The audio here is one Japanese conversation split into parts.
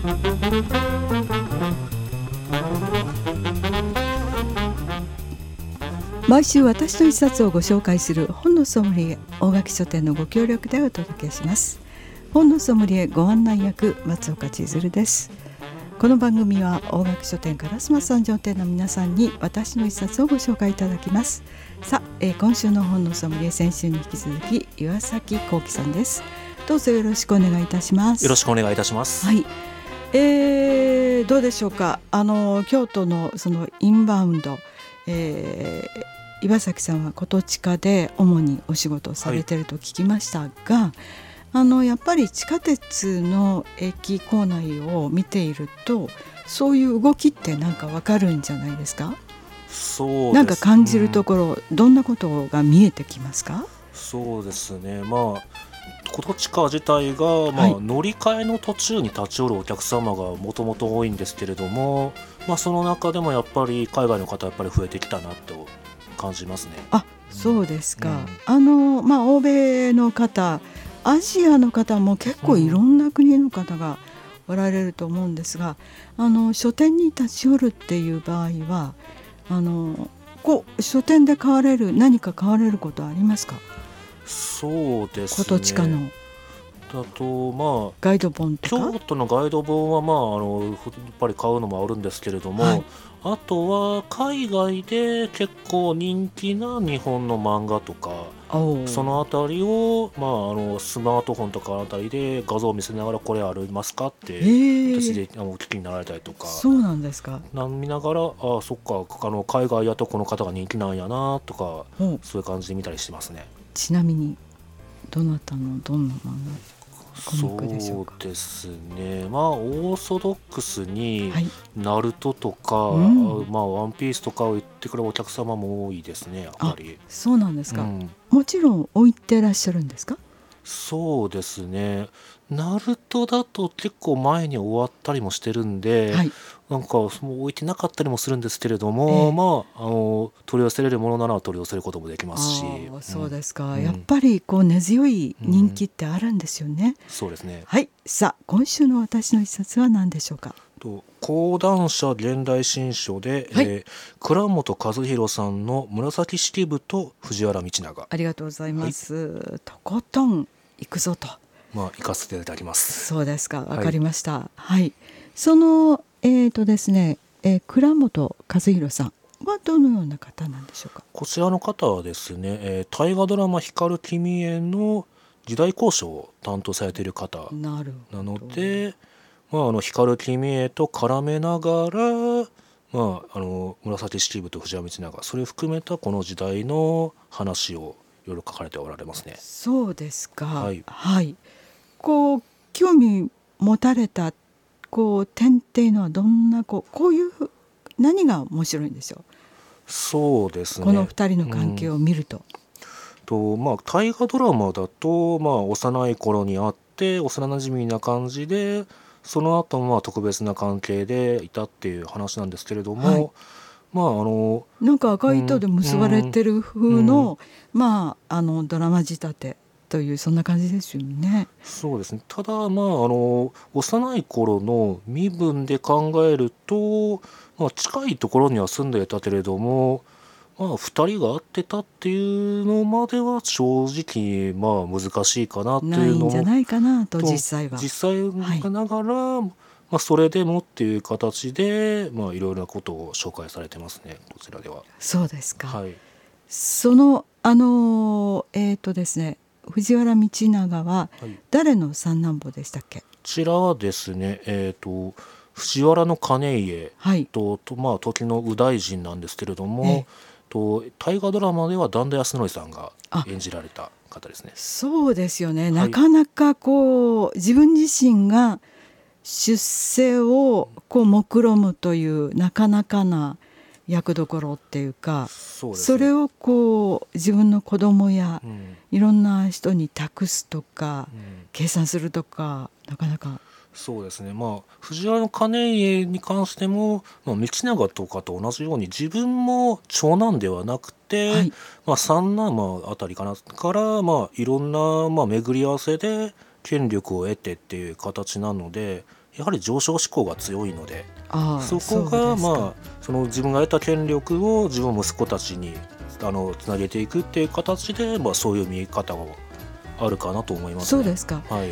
毎週私の一冊をご紹介する本のソムリエ、大垣書店のご協力でお届けします。本のソムリエご案内役、松岡千鶴です。この番組は大垣書店烏丸三条店の皆さんに私の一冊をご紹介いただきます。さあ、今週の本のソムリエ、先週に引き続き岩崎幸喜さんです。どうぞよろしくお願いいたします。 よろしくお願いいたします。 はい、どうでしょうか。京都のそのインバウンド、岩崎さんは琴地下で主にお仕事をされていると聞きましたが、やっぱり地下鉄の駅構内を見ているとそういう動きってなんかわかるんじゃないですか。 そうです、 なんか感じるところ、どんなことが見えてきますか。 そうですね、琴地下自体が、乗り換えの途中に立ち寄るお客様がもともと多いんですけれども、その中でもやっぱり海外の方やっぱり増えてきたなと感じますね。 あ、そうですか。欧米の方、アジアの方も結構いろんな国の方がおられると思うんですが、書店に立ち寄るっていう場合は書店で何か買われることはありますか。 そうですね、 琴地下のだとガイド本とか京都のガイド本はやっぱり買うのもあるんですけれども、あとは海外で結構人気な日本の漫画とか、そのあたりを、スマートフォンとかあたりで画像を見せながらこれありますかって、私でお聞きになられたりとか。 そうなんですか。 見ながらそっか海外やとこの方が人気なんやなとか、そういう感じで見たりしてますね。 ちなみにどなたのどんな漫画そうですね、オーソドックスにナルトとか、ワンピースとかを言ってくれるお客様も多いですね、やっぱり。 そうなんですか。もちろん置いてらっしゃるんですか。 そうですね、ナルトだと結構前に終わったりもしてるんで、なんかもう置いてなかったりもするんですけれども、取り寄せれるものなら取り寄せることもできますし。 そうですか、やっぱり根強い人気ってあるんですよね。 そうですね。 はい、さあ今週の私の一冊は何でしょうか。 講談社現代新書で、倉本和弘さんの紫式部と藤原道長。 ありがとうございます。とことん行くぞと。 行かせていただきます。 そうですか、わかりました。そのですね、倉本和弘さんはどのような方なんでしょうか。 こちらの方はですね、大河ドラマ光る君への時代考証を担当されている方なので、光る君へと絡めながら、紫式部と藤原道長、それを含めたこの時代の話をいろいろ書かれておられますね。 そうですか。興味持たれた点っていうのはどんなこういう何が面白いんでしょう。 そうですね、 この2人の関係を見ると。 大河ドラマだと、幼い頃に会って幼なじみな感じで、その後特別な関係でいたっていう話なんですけれども、 なんか赤い糸で結ばれてる風の、ドラマ仕立てというそんな感じですよね。 そうですね。ただ幼い頃の身分で考えると、近いところには住んでいたけれども、2人が会ってたっていうのまでは正直難しいかなっていうのないんじゃないかなと。実際ながら、それでもっていう形で、いろいろなことを紹介されてますね、こちらでは。 そうですか。そのですね、藤原道長は誰の三男坊でしたっけ。 こちらはですね、藤原兼家と、時の右大臣なんですけれども、大河ドラマでは段田安則さんが演じられた方ですね。 そうですよね、なかなか自分自身が出世を目論むというなかなかな役どころっていうか、それを自分の子供やいろんな人に託すとか、計算するとか、なかなか。 そうですね、藤原兼家に関しても、道長とかと同じように自分も長男ではなくて、三男あたりから、いろんな巡り合わせで権力を得てっていう形なので、やはり上昇志向が強いので、そこがその自分が得た権力を自分の息子たちにつなげていくっていう形で、そういう見え方があるかなと思いますね。 そうですか、はい、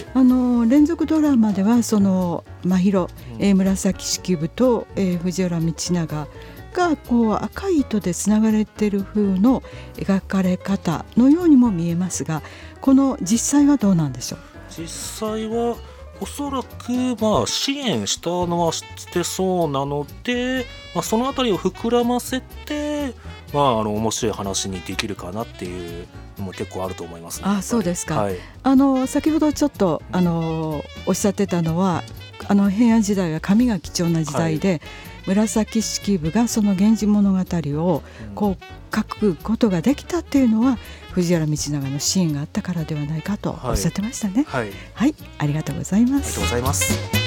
連続ドラマではその真宙、紫式部と、藤原道長がこう赤い糸でつながれている風の描かれ方のようにも見えますが、この実際はどうなんでしょう。 実際はおそらく支援したのはしてそうなので、そのあたりを膨らませて、面白い話にできるかなっていうのも結構あると思いますね。 そうですか、 はい、 先ほどちょっとおっしゃってたのは平安時代は紙が貴重な時代で、紫式部がその源氏物語をこう書くことができたっていうのは藤原道長の支援があったからではないかとおっしゃってましたね。 はい、 はい、ありがとうございます。 ありがとうございます。